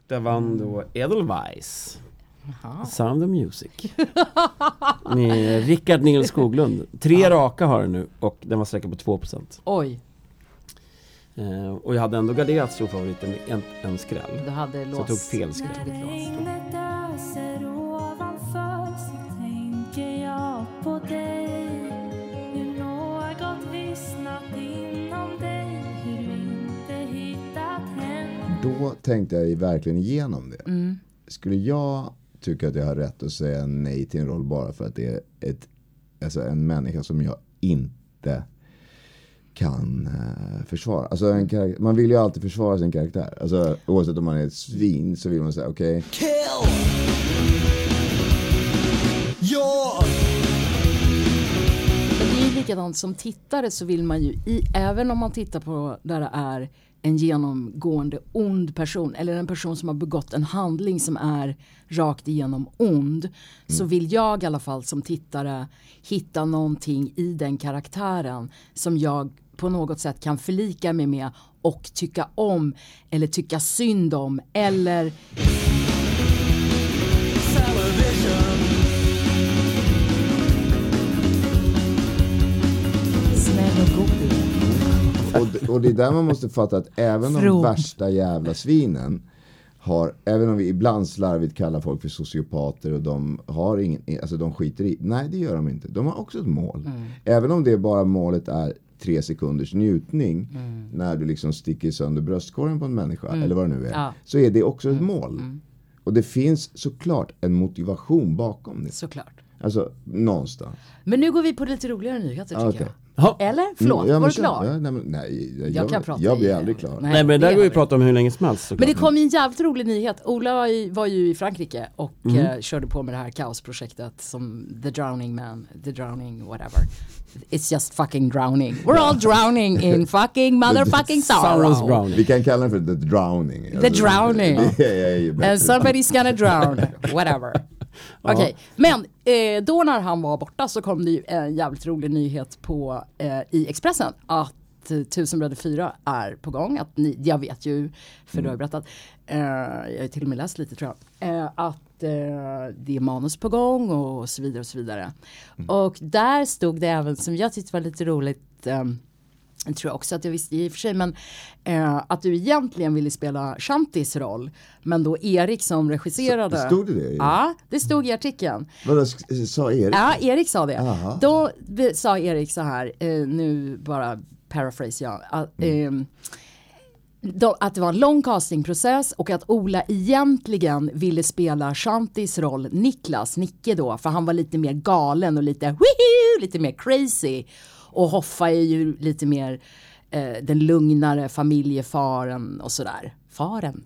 där vann då Edelweiss. Sound of Music. Med Rickard Nils Skoglund. 3 raka har den nu och den var säker på 2%. Oj. Och jag hade ändå garderat storfavoriten med en skräll. Du hade så jag tog fel skräll. Då tänkte jag verkligen igenom det. Skulle jag tycka att jag har rätt att säga nej till en roll bara för att det är en människa som jag inte kan försvara. Alltså man vill ju alltid försvara sin karaktär. Alltså oavsett om man är ett svin så vill man säga okej. Kill! Ja! Det är ju likadant som tittare så vill man ju, även om man tittar på där det är en genomgående ond person eller en person som har begått en handling som är rakt igenom ond, så vill jag i alla fall som tittare hitta någonting i den karaktären som jag på något sätt kan förlika mig med och tycka om eller tycka synd om eller snäll och god. Och det är där man måste fatta att även de värsta jävla svinen har, även om vi ibland slarvigt kallar folk för sociopater och de har ingen, alltså de skiter i. Nej, det gör de inte. De har också ett mål. Även om det bara målet är 3 sekunders njutning när du liksom sticker sönder bröstkorgen på en människa eller vad det nu är, så är det också ett mål. Och det finns såklart en motivation bakom det. Såklart. Alltså, någonstans. Men nu går vi på lite roligare nyheter tycker jag. Ja. Eller? Förlåt, var du klar? Ja, nej, jag kan prata jag blir aldrig klar. Nej, men där går vi att prata om hur länge som helst. Men det kom ju en jävligt rolig nyhet. Ola var ju i Frankrike och körde på med det här kaosprojektet som The Drowning Man, The Drowning whatever. It's just fucking drowning. We're all drowning in fucking motherfucking sorrow. Vi kan kalla den för The Drowning. The Drowning. And somebody's gonna drown. Whatever. Okej, men då när han var borta så kom det ju en jävligt rolig nyhet på i Expressen att 1000 bröder 4 är på gång. Att jag vet ju, för du har berättat, jag har till och med läst lite tror jag, att det är manus på gång och så vidare och så vidare. Och där stod det även, som jag tyckte var lite roligt, jag tror också att jag visste i och för sig, men att du egentligen ville spela Shantis roll, men då Erik som regisserade. Stod det? Ja, det stod i artikeln. Vad sa Erik? Ja, Erik sa det. Aha. Då sa Erik så här, nu bara paraphrase jag, att det var en lång castingprocess och att Ola egentligen ville spela Shantis roll, Nicke då, för han var lite mer galen och lite mer crazy. Och Hoffa är ju lite mer den lugnare familjefaren och sådär. Fadern.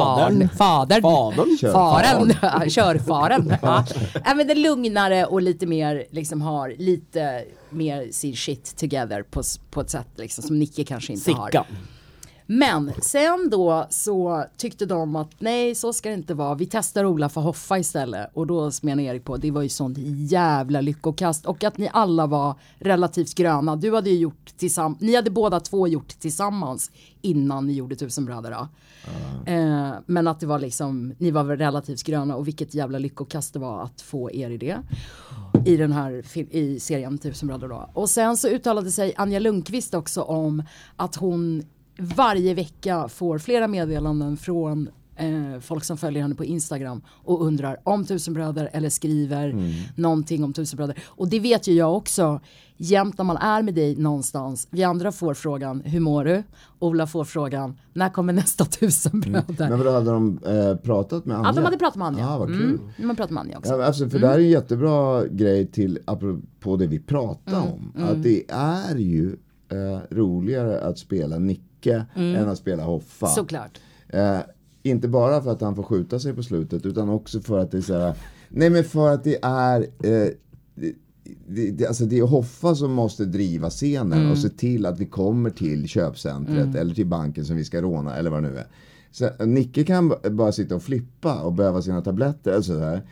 Körfaren. Ja. Men den lugnare och lite mer liksom har lite mer sin shit together på ett sätt liksom, som Nicke kanske inte har. Men sen då så tyckte de att nej, så ska det inte vara. Vi testar Ola för Hoffa istället. Och då menar Erik på, det var ju sånt jävla lyckokast. Och att ni alla var relativt gröna. Du hade ju gjort ni hade båda två gjort tillsammans innan ni gjorde 1000 bröder då. Men att det var liksom, ni var väl relativt gröna. Och vilket jävla lyckokast det var att få er i det. I den här i serien 1000 bröder då. Och sen så uttalade sig Anja Lundqvist också om att hon varje vecka får flera meddelanden från folk som följer henne på Instagram och undrar om 1000 bröder eller skriver någonting om 1000 bröder. Och det vet ju jag också. Jämt när man är med dig någonstans. Vi andra får frågan, hur mår du? Ola får frågan, när kommer nästa 1000 bröder? Men vad hade de pratat med Anja? Ja, de hade pratat med Anja. Ja, vad kul. Man pratar med Anja också. Ja, alltså, för det här är en jättebra grej till, apropå det vi pratar om. Att det är ju roligare att spela Nicke än att spela Hoffa. Såklart. Inte bara för att han får skjuta sig på slutet, utan också för att det är så här, nej men för att det är alltså det är Hoffa som måste driva scenen och se till att vi kommer till köpcentret eller till banken som vi ska råna eller vad det nu är. Så Nicke kan bara sitta och flippa och behöva sina tabletter eller så här.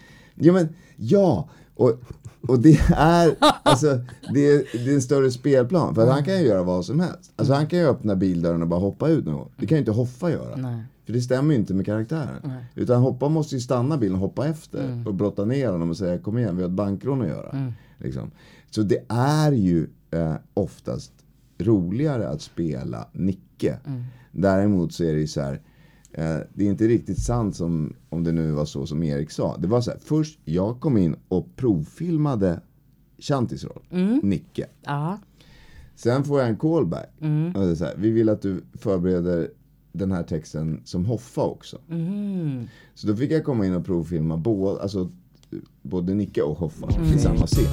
Och det är alltså det är en större spelplan för att han kan ju göra vad som helst. Alltså han kan ju öppna bildörren och bara hoppa ut någon. Det kan ju inte Hoffa göra. Nej. För det stämmer ju inte med karaktären. Utan Hoppa måste ju stanna bilen och hoppa efter. Och brotta ner honom och säga kom igen, vi har ett bankrån att göra. Liksom. Så det är ju oftast roligare att spela Nicke. Däremot så är det ju så här. Det är inte riktigt sant som om det nu var så som Erik sa. Det var så här, först jag kom in och provfilmade Shantis roll, Nicke. Sen får jag en callback. Och det är så här, vi vill att du förbereder den här texten som Hoffa också. Så då fick jag komma in och provfilma både Nicke och Hoffa i samma scen.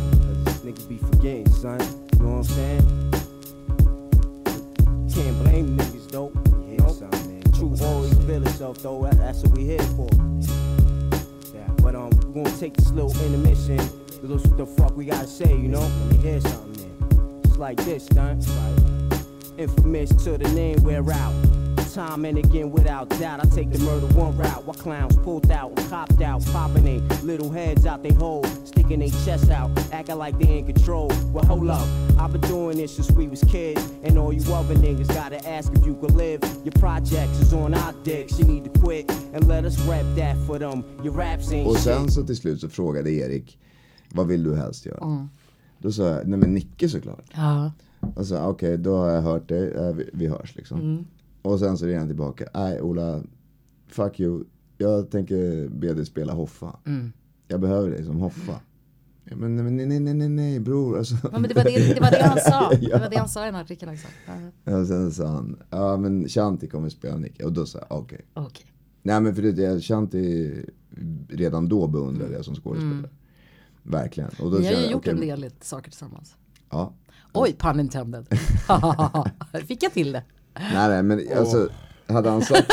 Can't blame niggas though. True always feel itself though. That's what we here for. Yeah, but we're gonna take this little intermission. Look what the fuck we gotta say, you know? Let me hear something then. It's like this, done. Infamous to the name we're out. Time and again without doubt. I take the murder one route. While clowns pulled out and copped out, popping they little heads out they hole, sticking their chests out, acting like they in control. Well, hold up, I've been doing this since we was kids, and all you other niggas gotta ask if you could live. Your projects is on our dicks. You need to quit and let us rap that for them. Your raps ain't. Och sen så till slut så frågade Erik, vad vill du helst göra? Då sa jag, nej men Nicke såklart. Och så okej, då har jag hört det, vi hörs liksom. Och sen så är han tillbaka. Nej, Ola, fuck you. Jag tänker be dig spela Hoffa. Jag behöver dig som Hoffa. Ja, men nej, bror. Alltså. Ja, men det var det han sa. Det var det han sa i den här artikeln också. Och sen sa han, ja men Shanti kommer spela Nicke. Och då sa jag, okej. Nej, men för det Shanti redan då beundrade jag som skådespelare. Verkligen. Och då ni har ju gjort en del saker tillsammans. Ja. Oj, pun intended. Fick jag till det? Nej, men alltså, hade han sagt...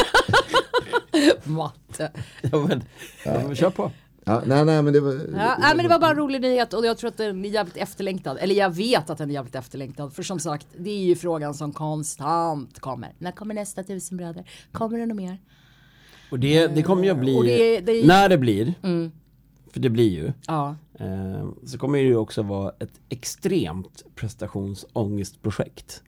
Matte. Ja, kör på. Ja, nej, men det var... men det var bara en rolig nyhet och jag tror att den är jävligt efterlängtad. Eller jag vet att den är jävligt efterlängtad. För som sagt, det är ju frågan som konstant kommer. När kommer nästa 1000 bröder? kommer det något mer? Och det kommer ju att bli... När det blir... För det blir ju. Så kommer det ju också vara ett extremt prestationsångestprojekt.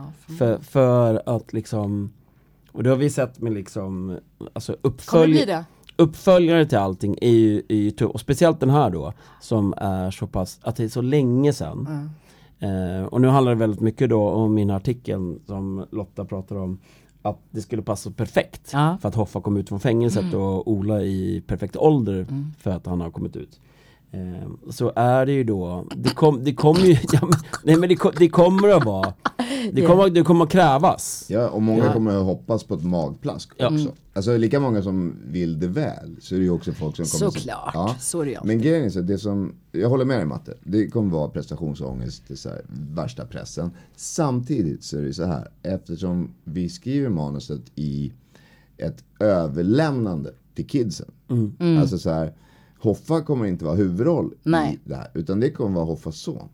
För att liksom, och det har vi sett med liksom, alltså uppföljare till allting är ju och speciellt den här då som är så pass, att det är så länge sedan. Och nu handlar det väldigt mycket då om min artikel som Lotta pratar om, att det skulle passa perfekt för att Hoffa kom ut från fängelset och Ola i perfekt ålder för att han har kommit ut. Så är det ju då det kommer ju det kommer att vara det kommer att krävas. Ja, och många kommer att hoppas på ett magplask också. Alltså lika många som vill det väl, så är det ju också folk som kommer såklart. Så är det. Men grejen är så, det som jag håller med dig, Matte, det kommer vara prestationsångest, det så här, värsta pressen. Samtidigt så är det så här, eftersom vi skriver manuset i ett överlämnande till kidsen. Alltså så här, Hoffa kommer inte vara huvudroll i det här, utan det kommer vara Hoffas son.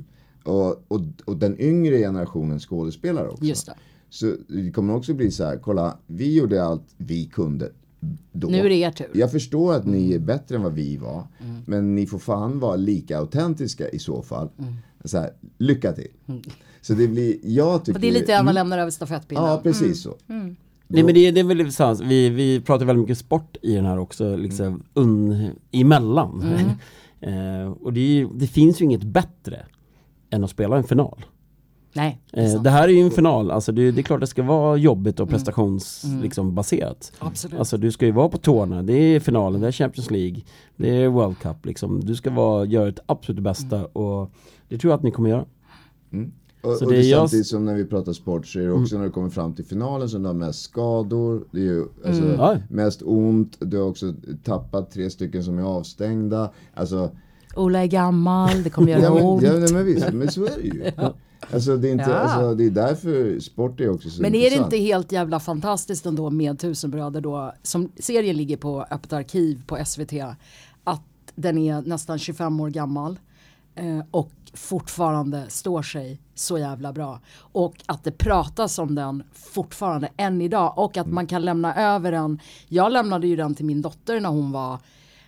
Och den yngre generationen skådespelare också. Just det. Så det kommer också bli så här, kolla, vi gjorde allt vi kunde då. Nu är det er tur. Jag förstår att ni är bättre än vad vi var, men ni får fan vara lika autentiska i så fall. Så här, lycka till. Så det blir, jag tycker... Och det är lite man lämnar över stafettpinnen. Ja, precis så. Nej, men det är väl sant. Vi pratar väldigt mycket sport i den här också liksom emellan. Och det finns ju inget bättre än att spela en final. Nej. Det här är ju en final. Alltså det är klart det ska vara jobbigt och prestations liksom baserat. Absolut. Alltså du ska ju vara på tårna. Det är finalen, det är Champions League, det är World Cup liksom. Du ska göra ett absolut bästa och det tror jag att ni kommer göra. Och det är samtidigt som när vi pratar sport så är det också när det kommer fram till finalen som du har mest skador, det är ju alltså, mest ont, du har också tappat 3 stycken som är avstängda, alltså Ola är gammal, det kommer göra ont. Men visst, men så är det ju. Alltså det är inte, alltså, det är därför sport är också så men intressant. Är det inte helt jävla fantastiskt ändå med 1000 bröder då, som serien ligger på Öppet arkiv på SVT, att den är nästan 25 år gammal och fortfarande står sig så jävla bra. Och att det pratas om den fortfarande än idag. Och att man kan lämna över den. Jag lämnade ju den till min dotter när hon var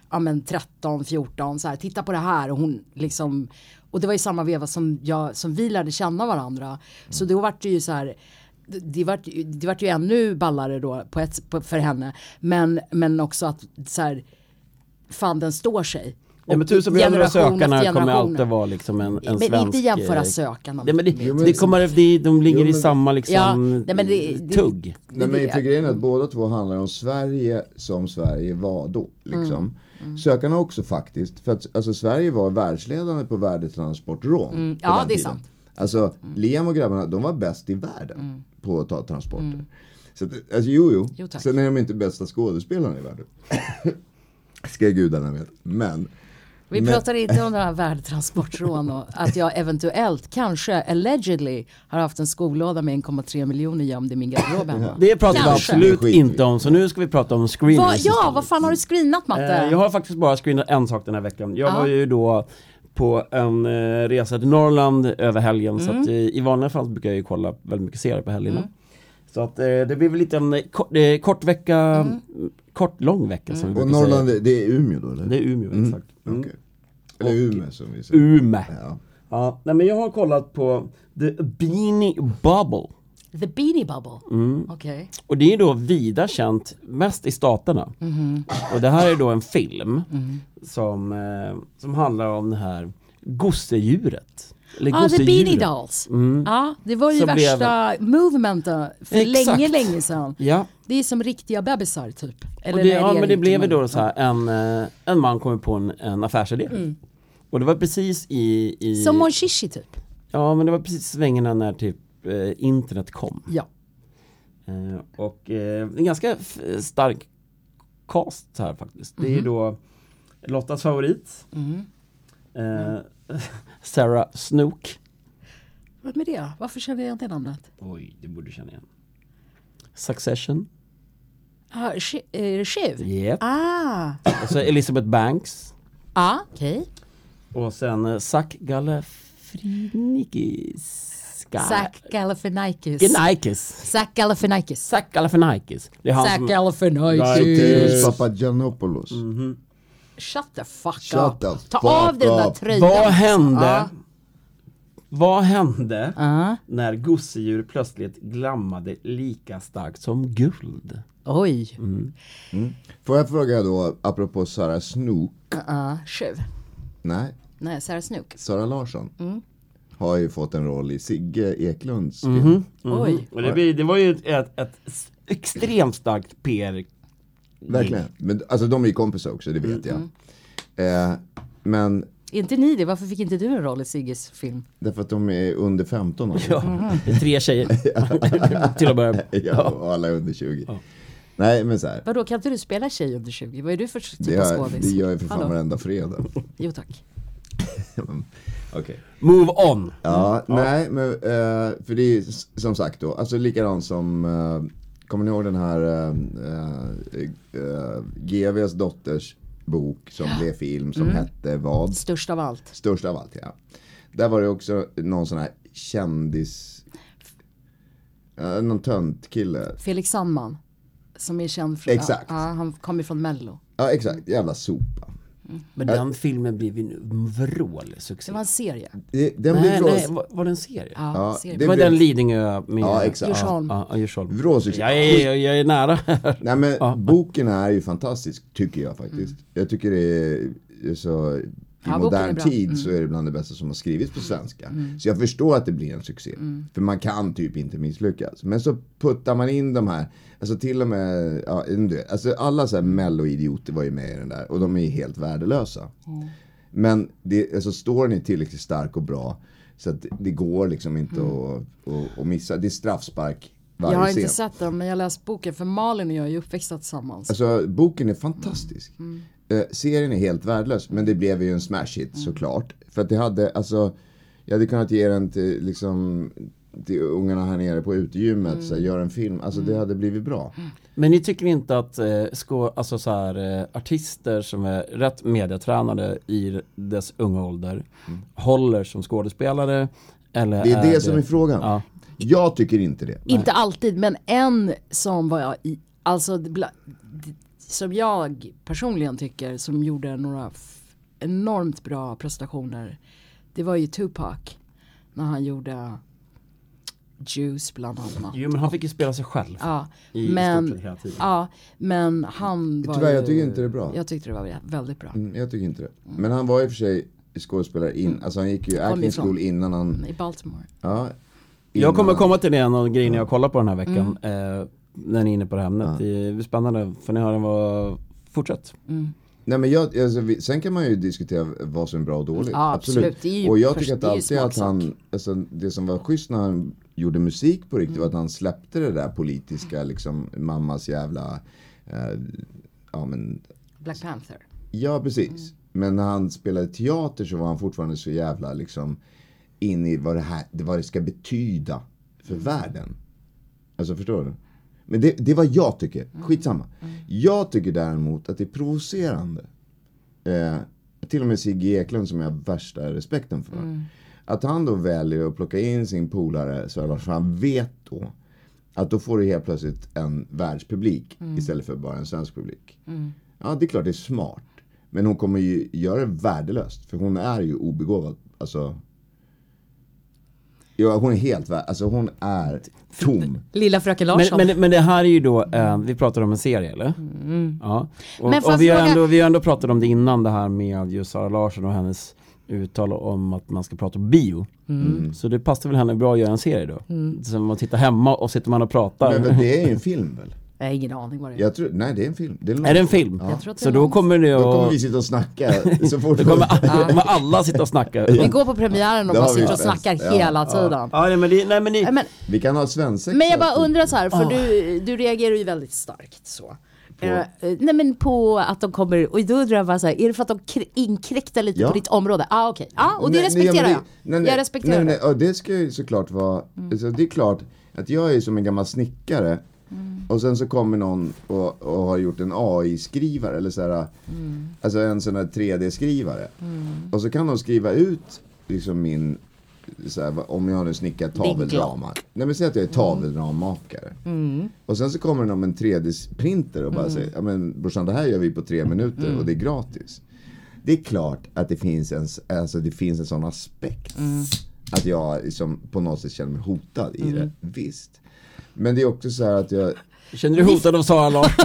13-14. Så här, titta på det här. Och hon liksom... Och det var i samma veva som vi lärde känna varandra. Så då var det ju så här... det vart ju ännu ballare då för henne. Men också att så här, fan den står sig. Ja, men Tusen bröder och Sökarna kommer alltid vara liksom en svensk... Men inte jämföra Sökarna. Ja, men de ligger i samma liksom tugg. Nej, men för grejen är att båda två handlar om Sverige som Sverige var då. Liksom. Sökarna också faktiskt. För att alltså, Sverige var världsledande på värdetransportrån. Ja, det är sant. Alltså, Liam och grabbarna, de var bäst i världen på att ta transporter. Så att, alltså, jo, sen är de inte bästa skådespelarna i världen. Ska gudarna veta. Men vi pratar inte om den här värdetransportrån och att jag eventuellt, kanske, allegedly har haft en skolåda med 1,3 miljoner gömd i min garderob hemma. Det pratar vi absolut inte om, så nu ska vi prata om screeners. Vad fan har du screenat, Matte? Jag har faktiskt bara screenat en sak den här veckan. Jag var ju då på en resa till Norrland över helgen, så att i vanliga fall brukar jag ju kolla väldigt mycket serier på helgerna. Så att det blir väl lite en kort vecka, lång vecka som vi och Norrland, säga. Det är Umeå då, eller? Det är Umeå, exakt. Okay. Eller Umeå som vi säger. Umeå. Ja. Nej, men jag har kollat på The Beanie Bubble. The Beanie Bubble? Okay. Och det är då vida känt mest i staterna. Och det här är då en film som handlar om det här gosedjuret. The Beanie Dolls. Det var ju värsta movementen för länge sedan. Ja. Det är som riktiga bebisar typ. Eller men det blev ju då så här en man kom på en affärsidé. Och det var precis i som Mon Chichi typ. Ja, men det var precis svängarna när typ internet kom. Ja. Och en ganska stark cast här faktiskt. Det är då Lottas favorit. Sarah Snook. Vad med det? Varför känner jag inte namnet? Oj, det borde du känna igen. Succession. Shiv? Yep. Och så Elizabeth Banks. Okej. Och sen Zach Galifianakis. Zach Galifianakis. Zach Galifianakis. Det är han Zach Galifianakis. Papagiannopoulos. Shut the fuck up. Ta av den där tröjan. Vad hände när gosedjur plötsligt glammade lika starkt som guld? Oj. Får jag fråga då, apropå Sarah Snook? Shiv. Nej, Sarah Snook. Sara Larsson har ju fått en roll i Sigge Eklunds film. Oj. Och det var ju ett extremt starkt PR. Verkligen. Men alltså de är ju kompisar också, det vet jag. Men inte ni det? Varför fick inte du en roll i Sigges film? Därför att de är under 15 år. Ja, det är 3 tjejer till att börja. Ja, och alla är under 20. Ja. Nej, men så här. Vadå, kan inte du spela tjej under 20? Vad är du för typ av skådis? Det gör jag för fan varenda fredag. Jo, tack. Okay. Move on. Ja, nej, men för det är som sagt då, alltså likadant som kommer ni ihåg den här GVs dotters bok som blev film som hette vad? Störst av allt. Störst av allt, ja. Där var det också någon sån här kändis, någon tönt kille. Felix Sandman, som är känd från... Exakt. Ja, han kommer från Mello. Ja, exakt. Jävla sopa. Men den filmen blev ju en vrålsuccé. Det var en serie. Nej, var det en serie? Ja, serie. Det var den Lidingö med... Ja, exakt. Djursholm. Vrålsuccé. Jag är nära. Nej, men boken är ju fantastisk, tycker jag faktiskt. Jag tycker det är så... I modern tid så är det bland det bästa som har skrivits på svenska. Så jag förstår att det blir en succé. För man kan typ inte misslyckas. Men så puttar man in de här, alltså till och med, alltså alla så här melloidioter var ju med i den där. Och de är helt värdelösa. Men det, alltså storyn är tillräckligt stark och bra. Så att det går liksom inte att missa. Det är straffspark varje Jag har scen. inte sett den, men jag har läst boken. För Malin och jag är ju uppväxta tillsammans. Alltså boken är fantastisk. Serien är helt värdelös, men det blev ju en smash hit såklart. För att det hade, alltså, jag hade kunnat ge den till, liksom, till ungarna här nere på utegymmet, så här, gör en film. Alltså det hade blivit bra. Men ni tycker inte att alltså, så här, artister som är rätt medietränade i dess unga ålder håller som skådespelare? Eller det är det som är frågan. Ja. Jag tycker inte det. Inte alltid, men en som var jag i, alltså som jag personligen tycker som gjorde några enormt bra prestationer, det var ju Tupac när han gjorde Juice bland annat. Jo, men han fick ju spela sig själv. Ja, i men, hela tiden. ja, men han var tyvärr, jag tycker inte det är bra. Jag tyckte det var väldigt bra. Jag tycker inte det. Men han var i och för sig skådespelare alltså han gick ju acting school innan han... I Baltimore. Ja. Jag kommer komma till det en av grejerna jag kollar på den här veckan. När ni är inne på det här ämnet. Det är spännande, för ni har den var... Fortsätt. Nej, men sen kan man ju diskutera vad som är bra och dåligt. Ja, absolut. Och jag tycker att alltid att han, alltså, det som var schysst när han gjorde musik på riktigt var att han släppte det där politiska, liksom mammas jävla Black Panther. Ja, precis. Men när han spelade teater så var han fortfarande så jävla liksom in i vad det ska betyda för världen. Alltså, förstår du? Men det är vad jag tycker. Skitsamma. Jag tycker däremot att det är provocerande. Till och med Sigge Eklund, som jag har värsta respekten för. Att han då väljer att plocka in sin polare, så han vet då att då får du helt plötsligt en världspublik istället för bara en svensk publik. Ja, det är klart det är smart. Men hon kommer ju göra det värdelöst. För hon är ju obegåvad. Alltså... Ja, hon är helt hon är tom. Lilla fröken Larsson. Men det här är ju då, vi pratar om en serie, eller? Ja. Och vi har ändå pratat om det innan, det här med just Sara Larsson och hennes uttal om att man ska prata om bio. Så det passar väl henne bra att göra en serie då. Så man tittar hemma och sitter man och pratar. Men det är ju en film väl? Jag har ingen aning vad det är. Nej, det är en film. Är det en film? Ja. Så då kommer det då kommer vi sitta och snacka så fort. Då kommer alla sitta och snacka. Vi går på premiären och bara sitter och snackar hela tiden. Ja, men vi kan ha svensexa. Men jag bara undrar så här, för du reagerar ju väldigt starkt så. Nej, men på att de kommer, och då undrar jag bara så här, är det för att de inkräktar lite på ditt område? Okej. Ja, och det respekterar jag. Jag respekterar det. Och det ska ju såklart vara, alltså, det är klart att jag är som en gammal snickare. Och sen så kommer någon och har gjort en AI-skrivare eller så här, alltså en sån här 3D-skrivare. Och så kan de skriva ut liksom min, så här, om jag nu snickar tavelramar. Nej, men säg att jag är tavelrammakare. Och sen så kommer de med en 3D-printer och bara säger, ja men brorsan, det här gör vi på 3 minuter och det är gratis. Det är klart att det finns en sån aspekt att jag liksom på något sätt känner mig hotad i det, visst. Men det är också så här att jag... Känner du hotad av Sara Larsson?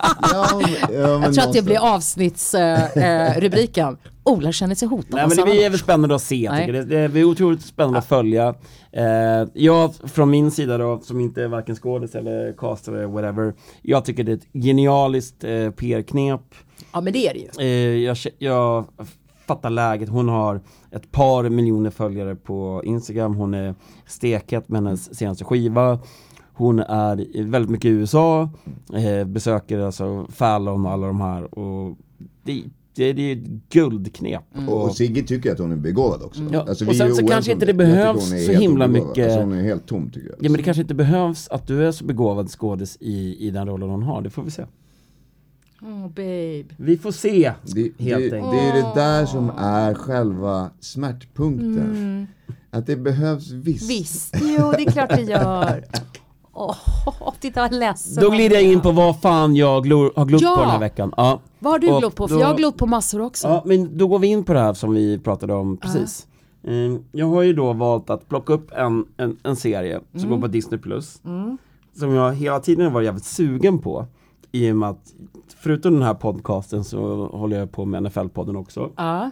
Jag tror att det blir avsnittsrubriken. Ola känner sig hotad. Nej, men det är väl spännande att se. Det är otroligt spännande att följa. Jag från min sida då, som inte är varken skådis eller cast eller whatever, jag tycker det är ett genialiskt PR-knep. Ja, men det är det ju. Jag fattar läget. Hon har ett par miljoner följare på Instagram. Hon är stekat med hennes senaste skiva. Hon är väldigt mycket i USA. Besöker alltså Fallon och alla de här. Och det är ett guldknep. Och Sigge tycker att hon är begåvad också. Ja. Alltså, och sen så kanske inte det behövs så himla mycket. Alltså, hon är helt tom, tycker jag. Ja, men det kanske inte behövs att du är så begåvad skådis i den rollen hon har. Det får vi se. Babe. Vi får se, helt enkelt. Det är det där som är själva smärtpunkten. Att det behövs visst. Jo, det är klart det gör. Titta vad ledsen. Då glider jag in på vad fan jag har glott på den här veckan. Ja. Vad har du glott på? För jag har glott på massor också. Ja, men då går vi in på det här som vi pratade om precis. Jag har ju då valt att plocka upp en serie som går på Disney+. Som jag hela tiden var jävligt sugen på. I och med att förutom den här podcasten så håller jag på med NFL-podden också.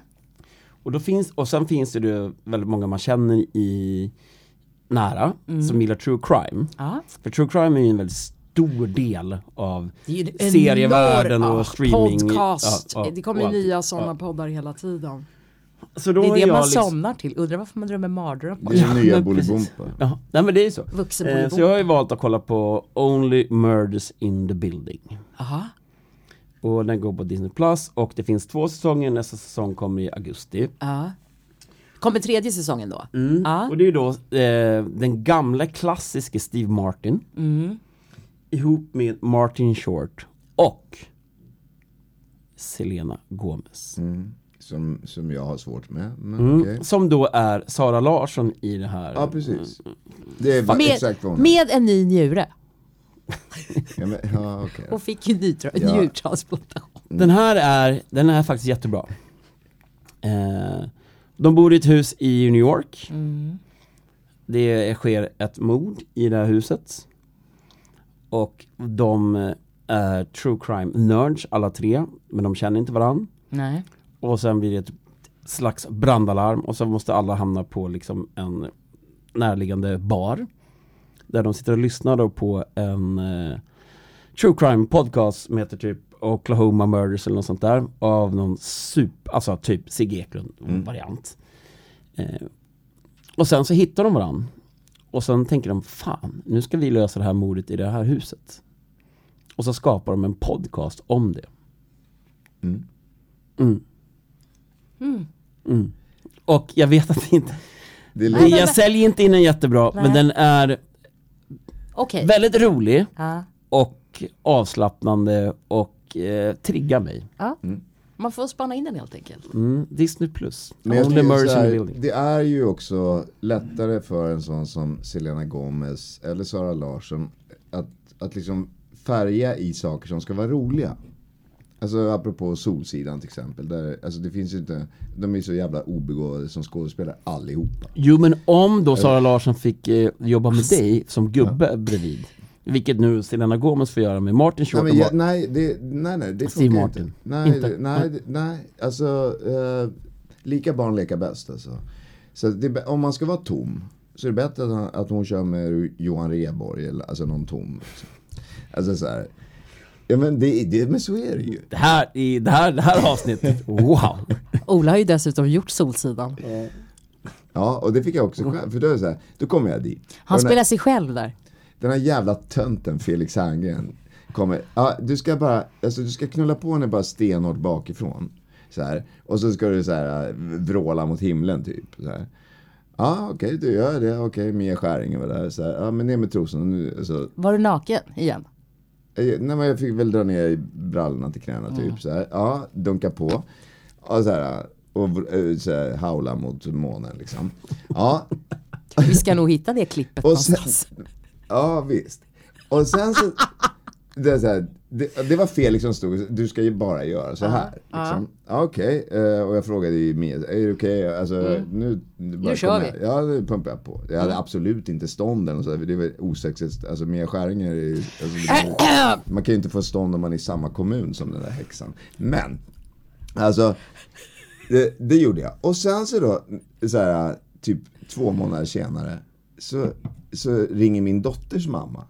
Och sen finns det väldigt många man känner i nära som gillar true crime. För true crime är ju en väldigt stor del av serievärlden och streaming. Podcast. Det kommer ju nya sådana poddar hela tiden. Så då det är det man somnar till. Undrar varför man drömmer mardrömmar. Det är nya Bolibompa. Nej, men det är så. Så jag har ju valt att kolla på Only Murders in the Building. Och den går på Disney+. Och det finns 2 säsonger. Nästa säsong kommer i augusti. Kommer 3:e säsongen då? Och det är ju då den gamla klassiska Steve Martin. Ihop med Martin Short och Selena Gomez. Som jag har svårt med. Men okay. Som då är Sara Larsson i det här. Ja, precis. Det är exakt vad med en ny njure. Okay. Och fick ju njurtransplantation. Den är faktiskt jättebra. De bor i ett hus i New York. det sker ett mord i det här huset. Och de är true crime nerds alla 3, men de känner inte varann. Nej. Och sen blir det ett slags brandalarm och så måste alla hamna på liksom en närliggande bar där de sitter och lyssnar då på en true crime podcast som heter typ Oklahoma Murders eller något sånt där av någon alltså typ Sigge Eklund variant. Och sen så hittar de varann och sen tänker de, fan, nu ska vi lösa det här mordet i det här huset. Och så skapar de en podcast om det. Och jag vet att jag säljer inte in den jättebra. Nej. Men den är väldigt rolig och avslappnande och triggar mig. Man får spana in den helt enkelt. Disney Plus. Men det är ju också lättare för en sån som Selena Gomez eller Sara Larsson att liksom färga i saker som ska vara roliga. Alltså apropå Solsidan till exempel. Där, alltså det finns ju inte, de är så jävla obegåvade som skådespelare allihopa. Jo, men om då Sara Larsson fick jobba med dig som gubbe bredvid. Vilket nu Selena Gomez får göra med Martin Short. Nej, det Steve Martin. Nej. Alltså lika barn leka bäst alltså. Så om man ska vara tom så är det bättre att hon kör med Johan Rheborg eller alltså någon tom. Liksom. Alltså så här. Ja, men men så är det ju. Det här avsnittet. Wow. Ola har ju dessutom gjort Solsidan. Ja, och det fick jag också själv. För då är det så här, då kommer jag dit. Han spelar sig själv där. Den här jävla tönten Felix Herngren kommer. Ja, du ska knulla på henne bara stenhårt bakifrån. Så här. Och så ska du så här vråla mot himlen typ. Så här. Ja, okej, du gör det. Okej, Mia Skäringer var där. Så här. Ja, men ner med trosen. Nu, så. Var du naken igen? Nej, men jag fick väl dra ner i brallorna till knäna typ. Så här. Ja, dunka på. Och så här. Och så här, haula mot månen liksom. Ja. Vi ska nog hitta det klippet någonstans. Ja, visst. Och sen så det är så här, det var Felix som stod, du ska ju bara göra så här liksom. Okej. Och jag frågade ju Mia, är det okej? Alltså nu kör vi. Ja, nu pumpar jag på. Jag hade absolut inte stånden och så där, det var osexigt. Alltså Mia Skäringer är ju, man kan ju inte få stånd om man är i samma kommun som den där häxan. Men alltså det gjorde jag. Och sen så då så här, typ 2 månader senare så ringer min dotters mamma.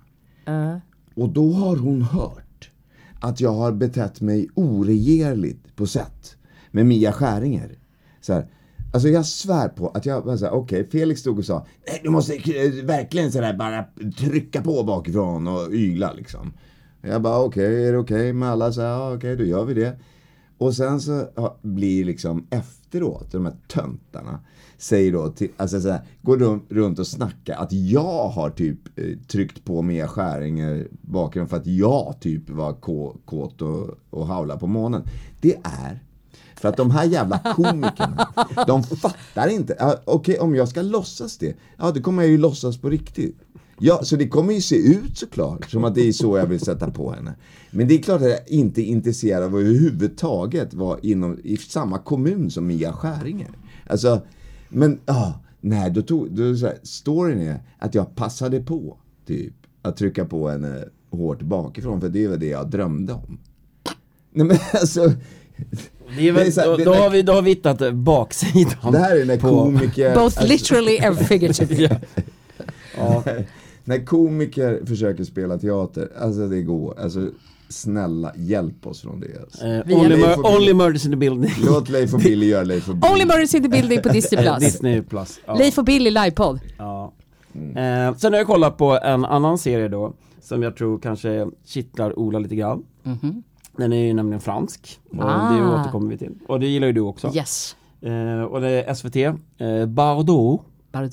Och då har hon hört att jag har betett mig oregerligt på sätt med Mia Skäringer. Så här, alltså jag svär på att jag var så här, okej, Felix stod och sa, nej, du måste verkligen så där bara trycka på bakifrån och ygla liksom. Jag bara, okej, är det okej med alla? Så här, ja, okej, då gör vi det. Och sen så blir liksom efteråt, de här töntarna säger då till, alltså så här, går runt och snackar att jag har typ tryckt på Mia Skäringer bakgrund för att jag typ var kåt och haula på månen. Det är för att de här jävla komikerna, de fattar inte. Okej, om jag ska låtsas det, ja, det kommer jag ju låtsas på riktigt. Ja, så det kommer ju se ut såklart som att det är så jag vill sätta på henne. Men det är klart att jag inte är intresserad av att överhuvudtaget vara i samma kommun som Mia Skäringer. Alltså, men nej, då så här, storyn är att jag passade på typ att trycka på henne hårt bakifrån, för det var det jag drömde om. Nej, men alltså det är väl, då har vi hittat baksidan. Det här är när komiker both literally and figuratively. Ja. När komiker försöker spela teater, alltså det går, alltså snälla, hjälp oss från det. Alltså. Only Murders in the Building. Låt Leif och Billy göra Leif och Billy. Only Murders in the Building på Disney Plus. Disney Plus. Ja. Leif och Billy livepodd. Ja. Sen har jag kollat på en annan serie då som jag tror kanske kittlar Ola lite grann. Den är ju nämligen fransk. Och det återkommer vi till. Och det gillar ju du också. Yes. Och det är SVT. Bardot.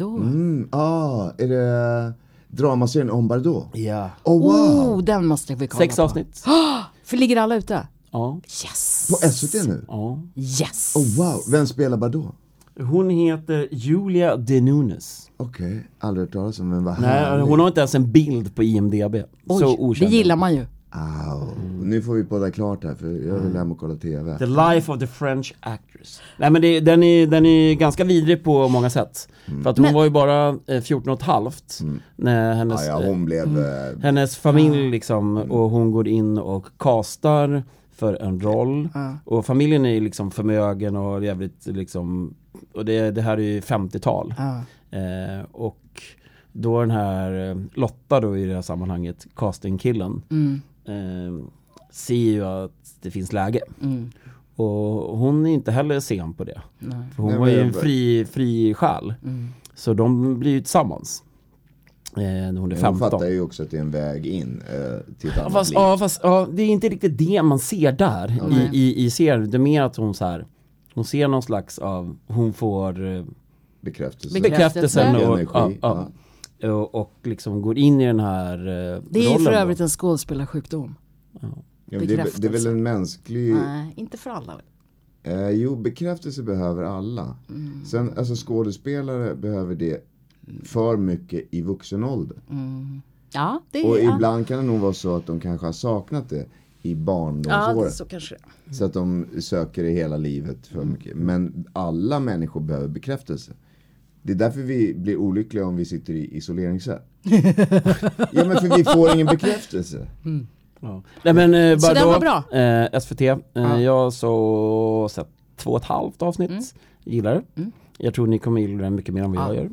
Är det dramaserien om Bardot? Ja. Oh, wow. Den måste vi kolla 6 avsnitt. För ligger alla ute? Ja. Yes. På SVT nu? Ja. Yes. Oh wow, vem spelar Bardot? Hon heter Julia de Nunes. Okej, aldrig hört talas om, men vad Nej, hon har inte ens en bild på IMDb. Oj, så okänd. Det gillar man ju. Nu får vi podda klart här, för jag vill hem och kolla TV. The Life of the French Actress. Nej, men den är ganska vidrig på många sätt. För att hon var ju bara 14,5 när hennes familj liksom, och hon går in och castar för en roll. Och familjen är liksom förmögen och jävligt liksom, och det här är ju 50-tal. Och då den här Lotta då i det här sammanhanget, castingkillen, ser ju att det finns läge. Och hon är inte heller sen på det. För hon var ju en fri själ. Så de blir ju tillsammans. När hon är 15. Hon fattar ju också att det är en väg in till ett annat liv. Fast det är inte riktigt det man ser där i serien. Det är mer att hon så här, hon ser någon slags av, hon får bekräftelsen och liksom går in i den här det är rollen för övrigt en skådespelarsjukdom. Ja, det är väl en mänsklig... Nej, inte för alla. Jo, bekräftelse behöver alla. Sen, alltså skådespelare behöver det för mycket i vuxen ålder. Ja, och ibland kan det nog vara så att de kanske har saknat det i barndomsåret. Ja, så kanske det. Så att de söker det hela livet för mycket. Men alla människor behöver bekräftelse. Det är därför vi blir olyckliga om vi sitter i isoleringscell. Ja, men för vi får ingen bekräftelse. Ja. Nej, men så bara den då, var bra. SVT, jag så sett 2,5 avsnitt. Gillar det. Jag tror ni kommer gilla den mycket mer än vad jag gör.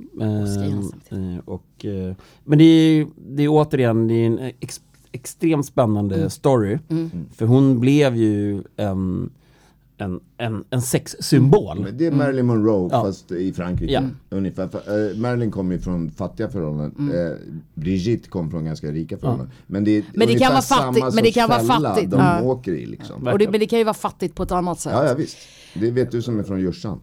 Men det är återigen, det är en extremt spännande story. För hon blev ju en sexsymbol. Men det är Marilyn Monroe fast i Frankrike. Ungefär. Marilyn kom ju från fattiga förhållanden. Brigitte kom från ganska rika förhållanden. Men det kan vara fattigt. Men det kan vara fattigt. De åker i liksom. Men det kan ju vara fattigt på ett annat sätt. Ja, visst. Det vet du som är från Djursan.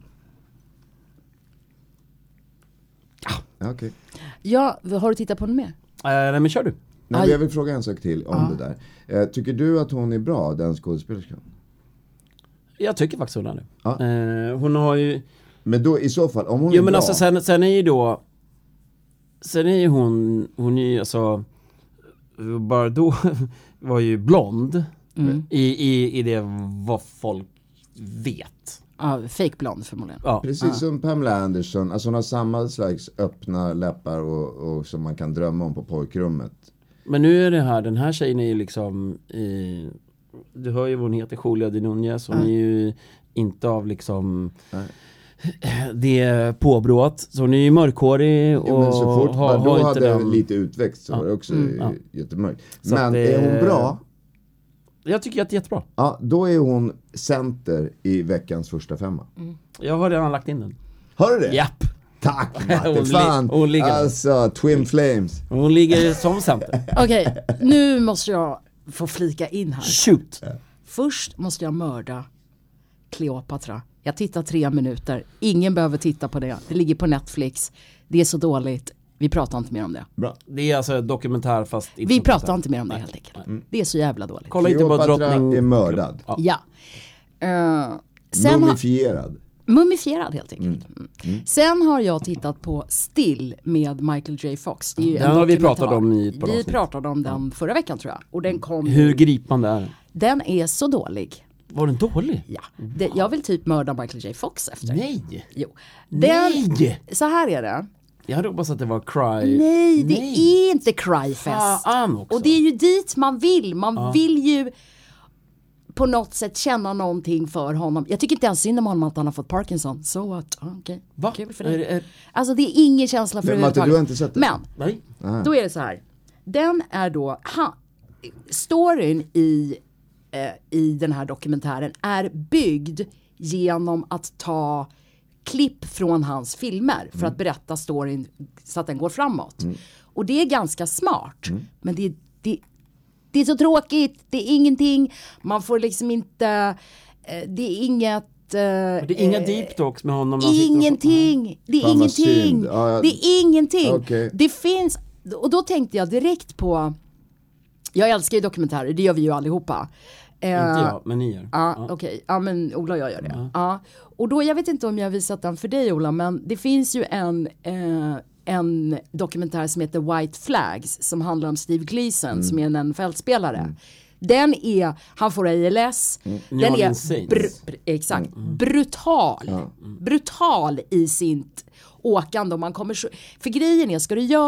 Ja, okej. Ja, har du tittat på den mer? Nej, men kör du. Nej, jag vill fråga en sak till om det där. Tycker du att hon är bra, den skådespelerskan? Jag tycker faktiskt hon är det. Hon har ju... Men då i så fall, om hon är men bra... alltså sen är ju då... Sen är ju hon är ju alltså... Bara då var ju blond. I det vad folk vet. Ja, fake blond förmodligen. Ja. Precis som Pamela Anderson. Alltså hon har samma slags öppna läppar och som man kan drömma om på pojkrummet. Men nu är det här, den här tjejen är ju liksom... du hör ju vad hon heter, Julia de Núñez. Hon är ju inte av liksom... det påbrået. Så hon är ju mörkhårig och men så fort då inte hade lite utväxt så var det också jättemörkt. Men är hon bra? Jag tycker att det är jättebra. Ja, då är hon center i veckans första 5. Jag har redan lagt in den. Har du det? Japp. Tack, Matte. Fan. Hon ligger alltså, Twin Flames. Hon ligger som center. Okej, nu måste jag få flika in här. Shoot. Först måste jag mörda Kleopatra. Jag tittar 3 minuter. Ingen behöver titta på det. Det ligger på Netflix. Det är så dåligt. Vi pratar inte mer om det. Bra. Det är alltså dokumentär fast... Vi pratar inte mer om det helt enkelt. Det är så jävla dåligt. Kolla inte på drottning... är mördad. Ja. Mumifierad helt enkelt. Sen har jag tittat på Still med Michael J. Fox. Det är ju den har vi pratat om Vi pratade om den förra veckan tror jag. Och den kom... Hur gripande är den? Den är så dålig. Var den dålig? Ja. Jag vill typ mörda Michael J. Fox efter. Nej. Jo. Nej. Så här är det. Jag hade hoppats att det var Cry. Nej, det är inte Cryfest. Och det är ju dit man vill. Man vill ju på något sätt känna någonting för honom. Jag tycker inte ens synd om honom att han har fått Parkinson. Så att, okej. Va? Kul för det. Alltså det är ingen känsla för överhuvudtaget. Men Matte, du har inte sett det? Men, då är det så här. Den är då, storyn i den här dokumentären är byggd genom att ta klipp från hans filmer för att berätta storyn så att den går framåt. Och det är ganska smart. Men det är så tråkigt. Det är ingenting. Man får liksom inte... Det är inget... det är inga deep talks med honom. Ingenting. Det är ingenting. Det är ingenting. Okay. Det finns... Och då tänkte jag direkt på... Jag älskar ju dokumentärer. Det gör vi ju allihopa. Inte jag, men ni gör. Okej. Ja, men Ola och jag gör det. Och då, jag vet inte om jag har visat den för dig, Ola, men det finns ju en dokumentär som heter White Flags som handlar om Steve Gleason som är en NFL-spelare. Den är, han får ALS. Den är brutal. Brutal i sitt åkande. Och man kommer för grejen är,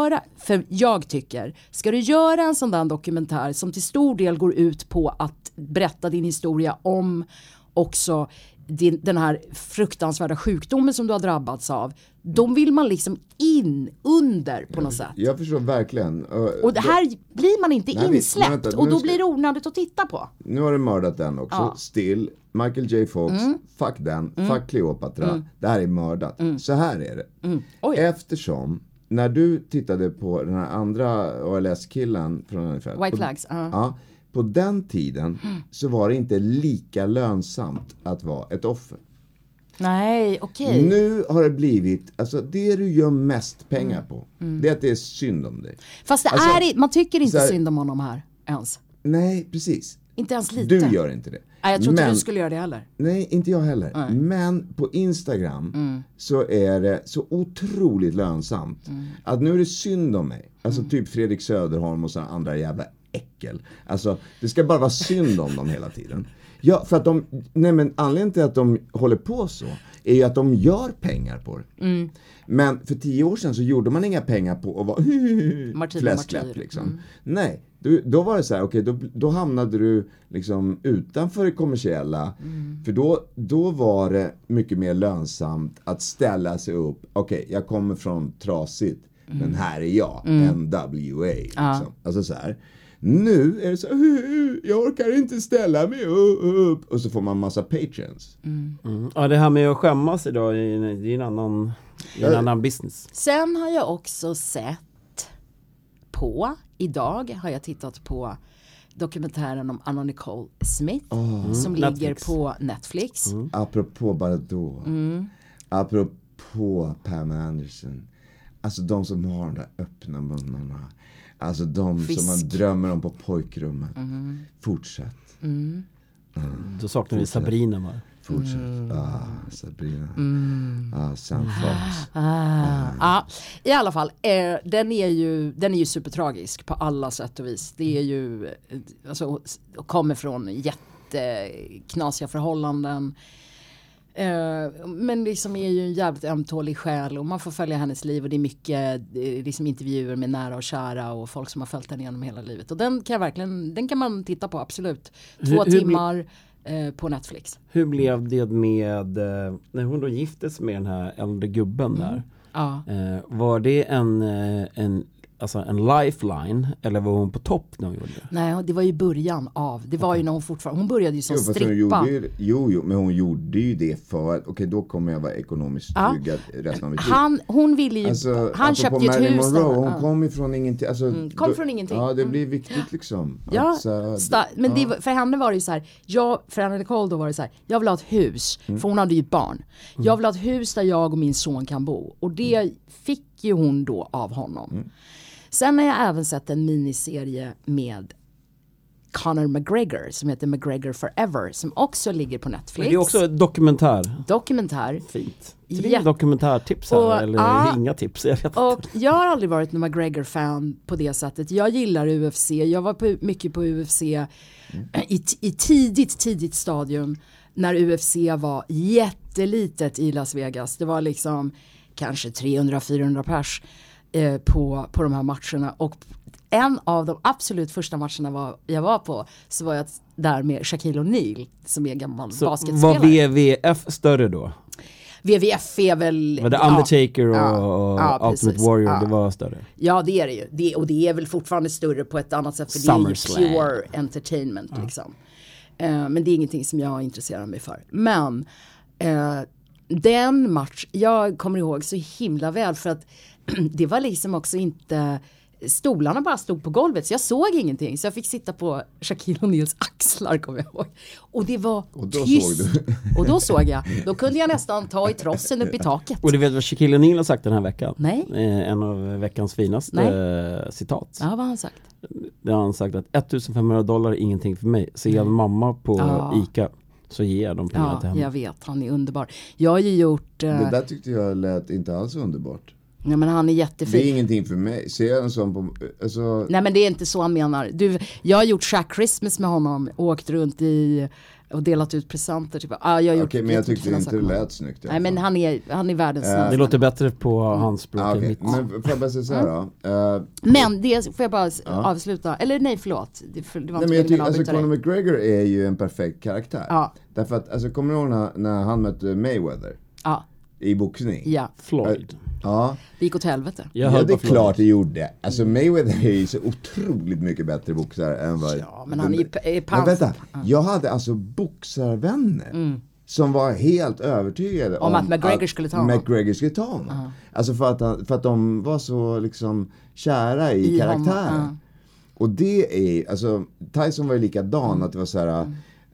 ska du göra en sån där dokumentär som till stor del går ut på att berätta din historia om också den här fruktansvärda sjukdomen som du har drabbats av, de vill man liksom in under på något sätt. Jag förstår verkligen. Och det här blir man inte insläppt och då blir det onödigt att titta på. Nu har du mördat den också. Still, Michael J. Fox, fuck den, fuck Cleopatra. Det här är mördat. Så här är det. Eftersom när du tittade på den här andra ALS-killen från ungefär White Flags. Ja, på den tiden så var det inte lika lönsamt att vara ett offer. Nej, okej. Nu har det blivit, alltså det du gör mest pengar på, det är att det är synd om dig. Fast det är, man tycker inte synd om honom här ens. Nej, precis. Inte ens lite. Du gör inte det. Nej, jag tror inte du skulle göra det heller. Nej, inte jag heller. Nej. Men på Instagram så är det så otroligt lönsamt att nu är det synd om mig. Alltså typ Fredrik Söderholm och sådana andra jävla äckel. Alltså det ska bara vara synd om dem hela tiden. Ja, för att anledningen till att de håller på så är ju att de gör pengar på det. Men för 10 år sedan så gjorde man inga pengar på att vara fläskläpp liksom. Nej, då var det så här, okej, då hamnade du liksom utanför det kommersiella. För då var det mycket mer lönsamt att ställa sig upp. Okej, jag kommer från trasigt, men här är jag, NWA liksom. Alltså så här. Nu är det så, jag orkar inte ställa mig upp. Och så får man massa patrons. Ja, det här med att skämmas idag det är en annan business. Sen har jag också idag har jag tittat på dokumentären om Anna Nicole Smith som ligger på Netflix. Apropå Bardot. Apropå Pamela Anderson. Alltså de som har de där öppna munnarna. Alltså de som man drömmer om på pojkrummet. Fortsätt. Då saknar vi Sabrina bara. Fortsätt. Sabrina. Sam Fox. I alla fall, den är ju supertragisk på alla sätt och vis. Det är ju alltså, kommer från jätteknasiga förhållanden. Men liksom är ju en jävligt ömtålig själ och man får följa hennes liv och det är mycket liksom intervjuer med nära och kära och folk som har följt henne genom hela livet. Och den kan man titta på, absolut. 2 timmar på Netflix. Hur blev det med när hon då giftes med den här äldre gubben där? Var det en lifeline eller var hon på topp när hon gjorde det? Nej, det var ju början av. Det var ju när hon började ju som strippa. Men hon gjorde ju det för att då kommer jag vara ekonomiskt tryggad resten av mitt liv. Hon ville ju han köpte ju ett hus Monroe, hon kom ju från ingenting. Alltså, från ingenting. Ja, det blir viktigt liksom. Men för henne var det ju så här, för Anna Nicole då var det så här, jag vill ha ett hus för hon hade ju ett barn. Jag vill ha ett hus där jag och min son kan bo och det fick ju hon då av honom. Sen har jag även sett en miniserie med Conor McGregor som heter McGregor Forever som också ligger på Netflix. Men det är också dokumentär. Fint. 3 dokumentärtips här eller inga tips. Jag har aldrig varit en McGregor-fan på det sättet. Jag gillar UFC. Jag var mycket på UFC i tidigt stadium när UFC var jättelitet i Las Vegas. Det var liksom kanske 300-400 pers på de här matcherna och en av de absolut första matcherna jag var på så var jag där med Shaquille O'Neal som är gammal basketspelare. Var WWF större då? WWF är väl... Var det Undertaker och Ultimate Warrior, det var större? Ja, det är det ju. Och det är väl fortfarande större på ett annat sätt för det är ju pure entertainment liksom. Men det är ingenting som jag intresserar mig för. Men den match, jag kommer ihåg så himla väl för att det var liksom också inte, stolarna bara stod på golvet så jag såg ingenting så jag fick sitta på Shaquille O'Neals axlar kommer jag ihåg. Och det var tyst. Och då såg jag. Då kunde jag nästan ta i trossen upp i taket. Och du vet vad Shaquille O'Neal har sagt den här veckan? Nej. En av veckans finaste citat. Ja, vad har han sagt? Det har han sagt att $1,500 är ingenting för mig. Ser jag en mamma på ICA så ger jag dem pengar till henne. Jag vet, han är underbar. Jag har ju gjort... Det där tyckte jag lät inte alls underbart. Ja, men han är jättefin. Det är ingenting för mig. Ser jag en sån på... Alltså... Nej, men det är inte så han menar. Jag har gjort Shack Christmas med honom. Åkt runt och delat ut presenter. Typ. Okej, men jag tyckte inte det lät snyggt. Nej, men han är världens snälla. Det låter bättre på hans språk än mitt. Men får jag bara säga så här då? Men det får jag bara avsluta. Eller nej, förlåt. Det var nej, men jag tycker, alltså Conor McGregor är ju en perfekt karaktär. Ja. Därför att, alltså kommer du ihåg när han mötte Mayweather? Ja. I boxning? Ja. Floyd. Ja. Det gick åt helvete. Ja, det är klart det gjorde. Alltså Mayweather är ju så otroligt mycket bättre boxare än vad... Ja, men han är men vänta, jag hade alltså boxarvänner som var helt övertygade om att McGregor skulle ta honom. Alltså för att de var så liksom kära i karaktären. Och det är, alltså Tyson var ju likadan, att det var så här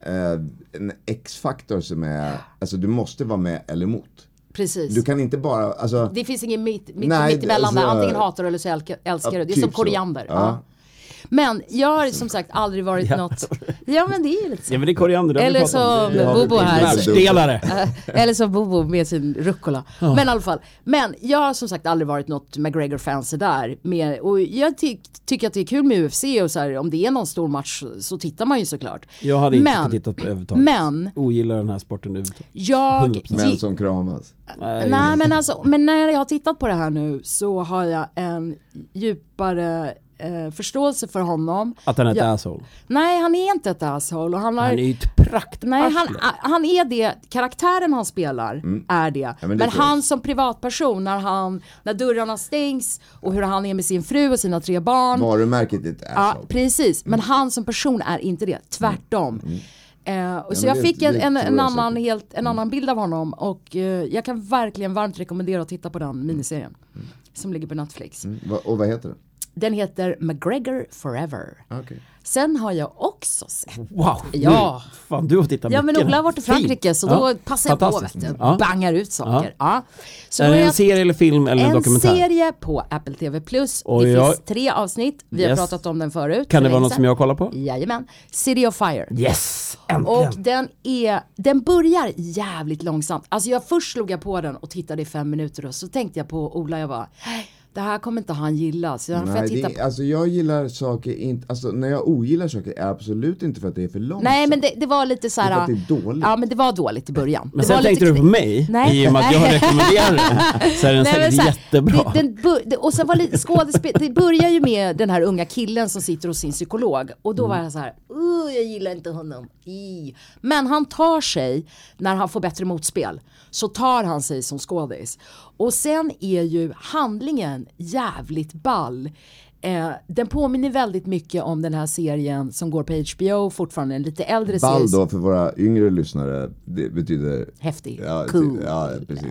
en X-faktor som är, alltså du måste vara med eller emot. Precis. Du kan inte bara, alltså... Det finns ingen mitt emellan där. Antingen hatar eller så älskar du. Det är som koriander. Ja. Men jag har som sagt aldrig varit något... Ja, men det är ju lite så. Ja, men det är koriander. Eller så Bobo här. Eller så Bobo med sin rucola. Ja. Men i alla fall. Men jag har som sagt aldrig varit något McGregor-fan så där. Och jag tycker att det är kul med UFC och så här, om det är någon stor match så tittar man ju såklart. Jag hade inte tittat på övertaget. Men... ogillar den här sporten övertaget. Men som kramas. Nej, men när jag har tittat på det här nu så har jag en djupare förståelse för honom. Att han är ett asshole? Nej, han är inte ett asshole. Och han är ju ett prakt. Nej, han är det. Karaktären han spelar är det. Ja, men han som privatperson, när dörrarna stängs och hur han är med sin fru och sina 3 barn. Varumärket är ett asshole. Ja, precis. Men han som person är inte det. Tvärtom. Så jag fick en annan bild av honom. Och jag kan verkligen varmt rekommendera att titta på den miniserien. Som ligger på Netflix. Och vad heter det? Den heter McGregor Forever. Okay. Sen har jag också sett. Wow. Ja. Fan, du har tittat mycket. Ja, men Ola har varit i Frankrike så då passar jag på, vet du. Bangar ut saker. Ja. Så är det en serie eller film eller en dokumentär? En serie på Apple TV+. Det finns 3 avsnitt. Vi har pratat om den förut. Kan det vara något som jag kollar på? Jajamän. City of Fire. Yes, äntligen. Och den börjar jävligt långsamt. Alltså först slog jag på den och tittade i 5 minuter och så tänkte jag på Ola, jag bara... Det här kommer inte han gilla. Så alltså jag gillar saker inte, alltså när jag ogillar saker är absolut inte för att det är för långsamt. Nej, men det var lite så här. Det är för att det är dåligt. Ja, men det var dåligt i början. Men sen tänkte du på mig. Nej. I och med att jag rekommenderar den. Så är den säkert jättebra. Och sen var lite skådespel. Det börjar ju med den här unga killen som sitter hos sin psykolog. Och då var jag så här, jag gillar inte honom. Men han tar sig, när han får bättre motspel, så tar han sig som skådis. Och sen är ju handlingen jävligt ball. Den påminner väldigt mycket om den här serien som går på HBO, fortfarande en lite äldre serie. Ball då för våra yngre lyssnare, det betyder... häftig, cool. Ja, precis.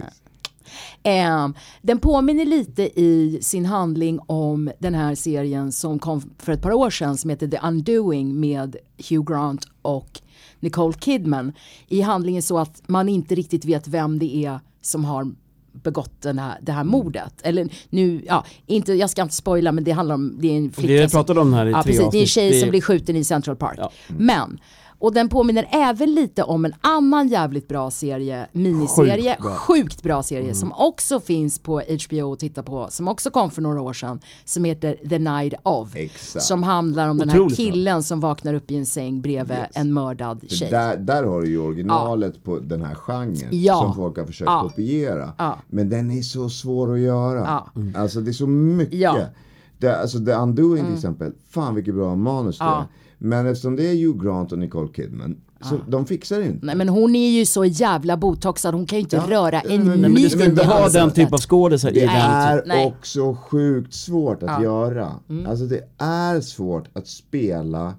Den påminner lite i sin handling om den här serien som kom för ett par år sedan som heter The Undoing med Hugh Grant och Nicole Kidman. I handlingen så att man inte riktigt vet vem det är som har begått det här mordet. Eller nu, jag ska inte spoila, men det handlar om, det är en flicka. Vi pratade om det här i 3 avsnitt. Det är en tjej som blir skjuten i Central Park. Ja. Men, och den påminner även lite om en annan jävligt bra serie, miniserie, sjukt bra serie som också finns på HBO att titta på, som också kom för några år sedan, som heter The Night of. Exakt. Som handlar om den här killen som vaknar upp i en säng bredvid en mördad tjej. Där har du ju originalet på den här genren som folk har försökt kopiera. Ja. Men den är så svår att göra. Ja. Alltså det är så mycket. Ja. Alltså The Undoing till exempel, fan vilket bra manus det är. Men eftersom det är Hugh Grant och Nicole Kidman, så de fixar det inte. Nej, men hon är ju så jävla botoxad, hon kan ju inte röra en min. Men du ska inte ha den typ av skådespel. Det är också sjukt svårt att göra. Alltså det är svårt att spela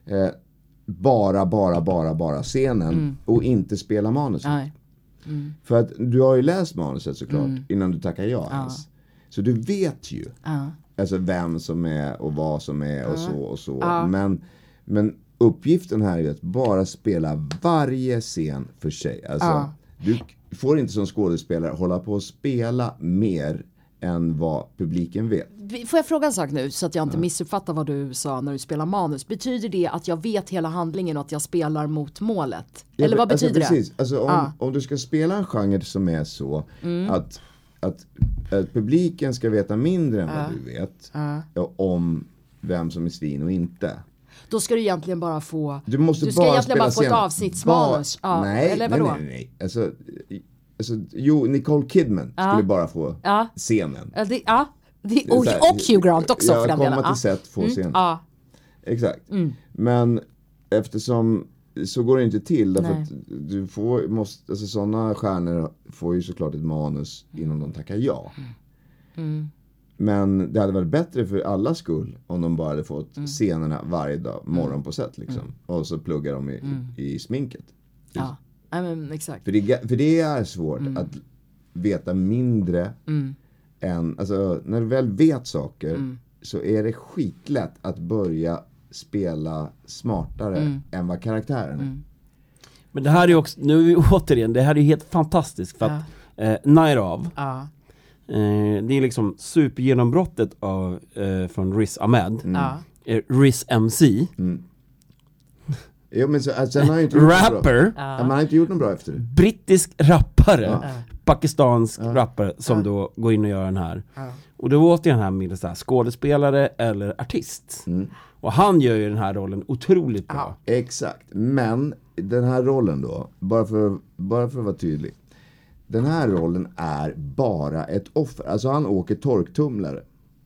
bara scenen och inte spela manuset. För att du har ju läst manuset såklart innan du tackar ja ens. Så du vet ju alltså vem som är och vad som är och så. Men uppgiften här är att bara spela varje scen för sig. Alltså, du får inte som skådespelare hålla på att spela mer än vad publiken vet. Får jag fråga en sak nu så att jag inte missuppfattar vad du sa när du spelar manus? Betyder det att jag vet hela handlingen och att jag spelar mot målet? Eller vad betyder precis. Alltså, om du ska spela en genre som är så att publiken ska veta mindre än vad du vet om vem som är svin och inte. Då ska du egentligen bara få... Du ska egentligen bara få ett avsnittsmanus. Nej. Alltså, Nicole Kidman skulle bara få scenen. Och Hugh Grant också för den delen. Komma till set, få scenen. Exakt. Men eftersom så går det inte till. Därför att du alltså sådana stjärnor får ju såklart ett manus innan de tackar ja. Men det hade varit bättre för alla skull om de bara hade fått scenerna varje dag, morgon på set liksom. Och så pluggar de i sminket. Ja, men exakt. För det är svårt att veta mindre än, alltså när du väl vet saker så är det skitlätt att börja spela smartare än vad karaktären är. Men det här är också, nu är vi återigen, det här är helt fantastiskt för att Night of det är liksom supergenombrottet av från Riz Ahmed. Riz MC. Jo, men sen har inte rapper. Man har inte gjort något bra efter det. Brittisk rappare. Pakistansk rappare som då går in och gör den här. Och då åter den här med så här, skådespelare eller artist. Och han gör ju den här rollen otroligt bra. Exakt. Men den här rollen då, bara för att vara tydlig. Den här rollen är bara ett offer. Alltså han åker torktumlare.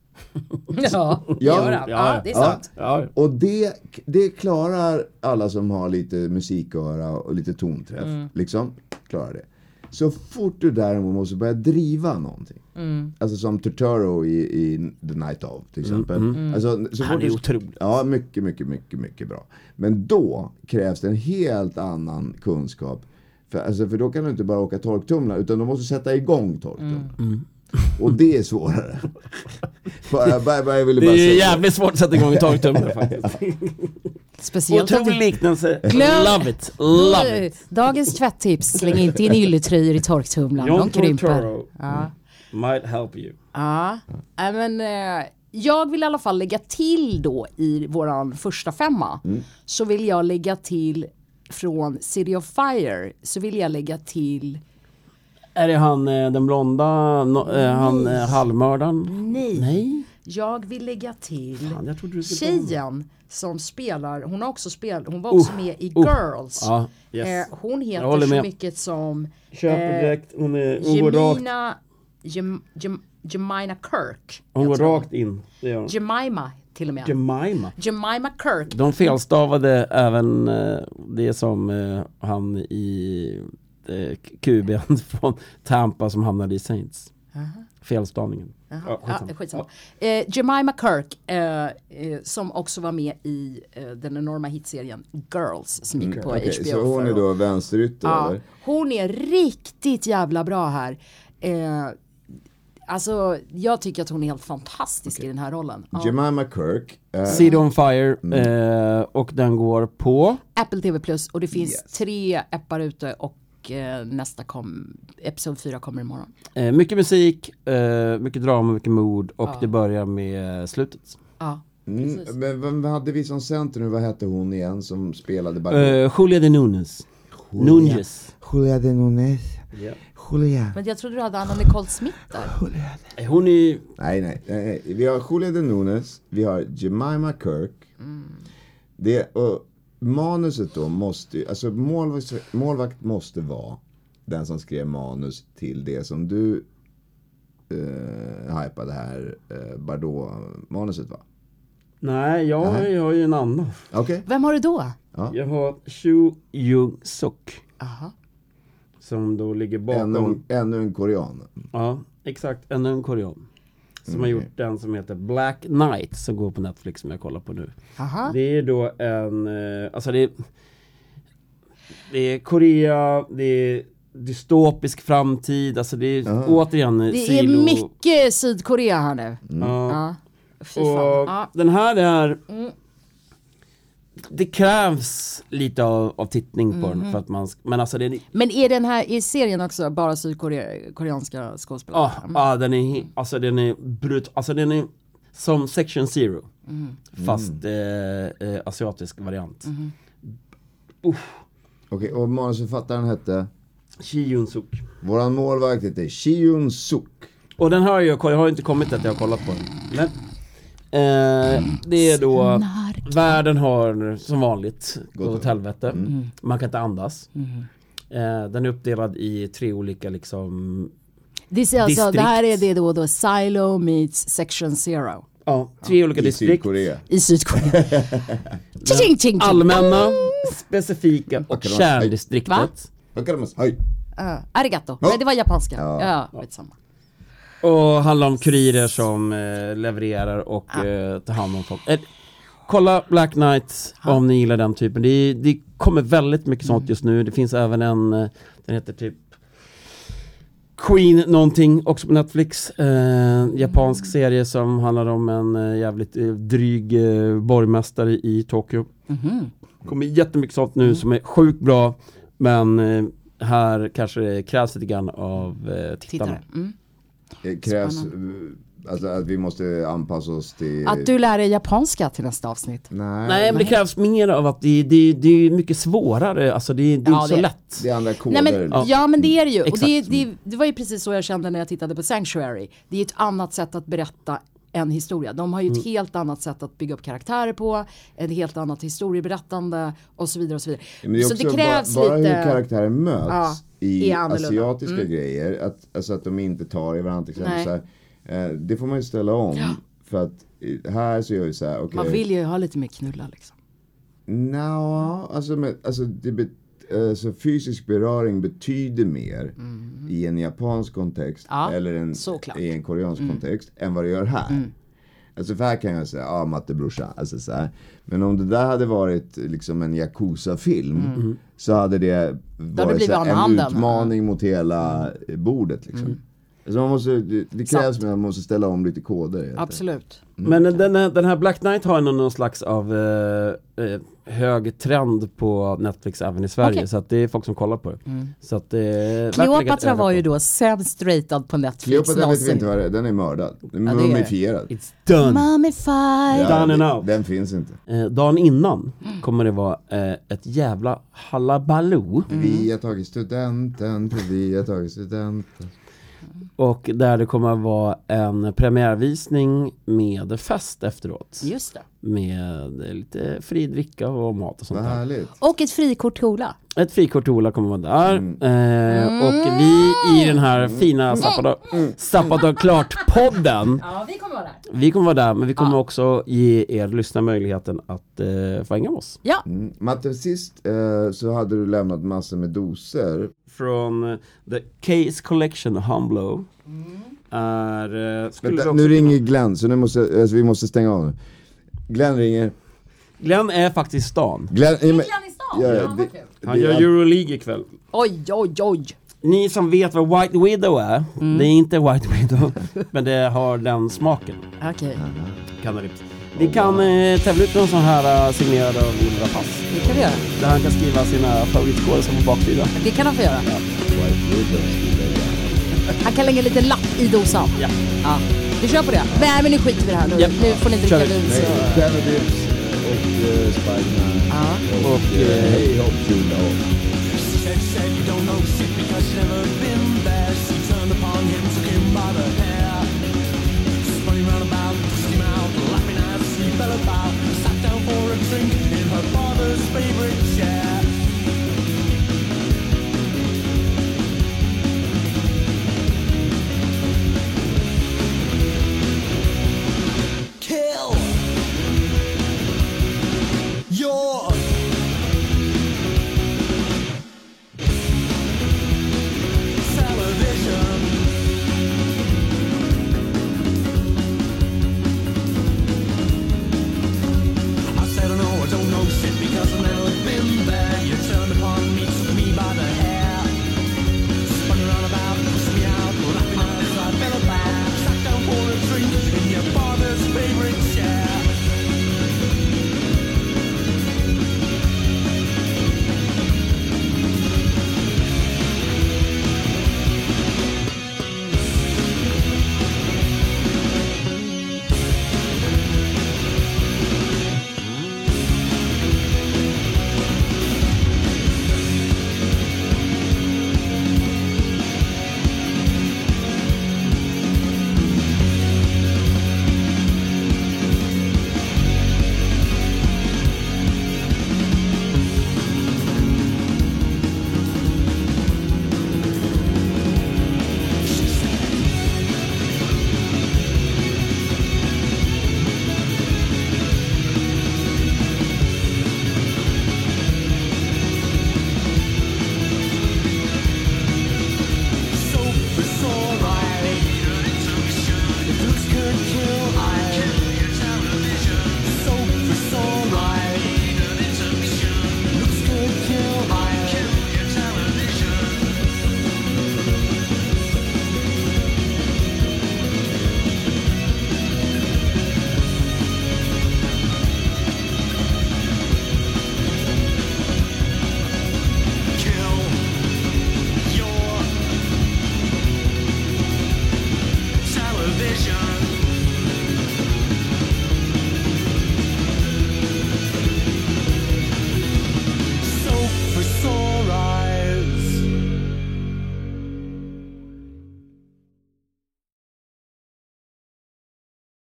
Ja, det är sant. Ja. Och det klarar alla som har lite musiköra och lite tonträff. Liksom, klarar det. Så fort du däremot måste börja driva någonting. Alltså som Turturro i The Night of till exempel. Alltså, så han är otroligt. Ja, mycket, mycket, mycket, mycket bra. Men då krävs det en helt annan kunskap. För då kan du inte bara åka torktumlar utan du måste sätta igång torktumlar. Och det är svårare. Jag ville bara det är jävligt svårt att sätta igång torktumlar faktiskt. Speciellt otrolig liknelse. Love it. Dagens tvätttips. Släng inte in ylletröjor i torktumlaren. De krymper. Might help you. Men jag vill i alla fall lägga till då i våran första femma. Så vill jag lägga till från City of Fire. Så vill jag lägga till... Är det han den blonda han halvmördaren? Nej. Jag vill lägga till tjejen som spelar. Hon var också med i Girls. Hon heter så mycket som Jemima Kirk. Hon går rakt in. Jemima till och med. Jemima Kirk. De felstavade även det som han i QB:n från Tampa som hamnade i Saints. Felstavningen. Skitsamma. Jemima Kirk som också var med i den enorma hitserien Girls som gick på HBO. Så hon är då vänsterytter eller? Hon är riktigt jävla bra här. Alltså jag tycker att hon är helt fantastisk i den här rollen. Jemima Kirk. City on Fire och den går på Apple TV Plus och det finns 3 appar ute och nästa episod 4 kommer imorgon. Mycket musik, mycket drama, mycket mod och det börjar med slutet. Men vem hade vi som center nu? Vad hette hon igen som spelade bara? Julia de Nunes. Julia de Nunes. Yeah. Julia. Men jag trodde du hade Anna Nicole Smith där. Hon är... Nej. Vi har Julia de Nunes, vi har Jemima Kirk. Och manuset då måste, alltså målvakt måste vara den som skrev manus till det som du hypade här Bardot-manuset va? Nej, jag har ju en annan. Okay. Vem har du då? Jag har Chu Jung-suk. Som då ligger bakom... Ännu en korean. Ja, exakt. Ännu en korean. Som har gjort den som heter Black Knight som går på Netflix som jag kollar på nu. Det är då en... Alltså det är Korea, det är dystopisk framtid, alltså det är återigen det är mycket Sydkorea här nu. Och den här är... Det krävs lite av tittning på den för att man men alltså men är den här i serien också bara sydkoreanska skådespelare? Ja, den är brut, alltså den är som Section Zero fast asiatisk variant. Okej, och manusförfattaren hette Chi Yun-suk. Våran målvakt heter Chi Yun-suk. Och den har jag har inte kommit att jag har kollat på den. Men det är då världen har som vanligt gått åt helvete. Man kan inte andas. Den är uppdelad i 3 olika liksom alltså, det här är det då Silo meets Section Zero. Ja, 3 olika distrikt i Sydkorea. Allmänna, specifika och kärndistriktet. Arigato. Nej, det var japanska. Ja, vet samma. Och handlar om kurirer som levererar och tar hand om folk. Kolla Black Knight om ni gillar den typen. Det kommer väldigt mycket sånt just nu. Det finns även den heter typ Queen någonting också på Netflix. Japansk serie som handlar om en jävligt dryg borgmästare i Tokyo. Kommer jättemycket sånt nu som är sjukt bra. Men här kanske det krävs lite grann av tittarna. Det krävs alltså att vi måste anpassa oss till... Att du lär dig japanska till nästa avsnitt. Nej, men det krävs mer av att det är mycket svårare. Alltså det är inte så lätt. Det är andra koder. Nej, men, ja, men det är det ju. Och det var ju precis så jag kände när jag tittade på Sanctuary. Det är ett annat sätt att berätta en historia. De har ju ett helt annat sätt att bygga upp karaktärer på, ett helt annat historieberättande och så vidare och så vidare. Men det är också så det krävs bara lite... hur karaktärer möts i asiatiska grejer. Att de inte tar i varandra till exempel. Så här, det får man ju ställa om. För att här så gör vi så här, okay. Man vill ju ha lite mer knulla liksom. Alltså fysisk beröring betyder mer i en japansk kontext eller i en koreansk kontext än vad det gör här. Alltså för här kan jag säga, mattebrorsa, alltså så här. Men om det där hade varit liksom en Yakuza-film så hade det varit en utmaning mot hela bordet liksom. Alltså det krävs att man måste ställa om lite koder. Absolut. Men den här Black Knight har någon slags av hög trend på Netflix även i Sverige. Så att det är folk som kollar på det. Så att Cleopatra var ju då sämst ratad på Netflix. Cleopatra vet vi inte vad det är. Den är mördad. Den är mumifierad. It's done. Mummified. Done and out. Den finns inte. Dagen innan kommer det vara ett jävla halabaloo. Vi har tagit studenten. Och där det kommer att vara en premiärvisning med fest efteråt. Just det. Med lite fri dricka och mat och sånt där. Och ett frikort-Ola. Ett frikort-Ola kommer att vara där. Och vi i den här fina Zappa klart-podden. Ja, vi kommer vara där. Vi kommer vara där, men vi kommer också ge er lyssna möjligheten att få hänga med oss. Ja. Matte, sist så hade du lämnat massor med doser. Från The Case Collection Humblo. Nu ringer Glenn, så vi måste stänga av. Glenn ringer. Glenn är faktiskt i stan. Glenn i stan? Han gör Euroleague ikväll. Oj. Ni som vet vad White Widow är, det är inte White Widow, men det har den smaken. Okej. Vi kan tävla ut någon sån här signerad av Wilda Pass. Det kan vi göra. Där han kan skriva sina favoritskådor som på baksida. Det kan han få göra. Han kan lägga lite lapp i dosan. Ja. Vi kör på det. Nej, men nu skiter vi det här. Nu får ni dricka vin. Kennedy och Spiderman och Hey Hope Juno.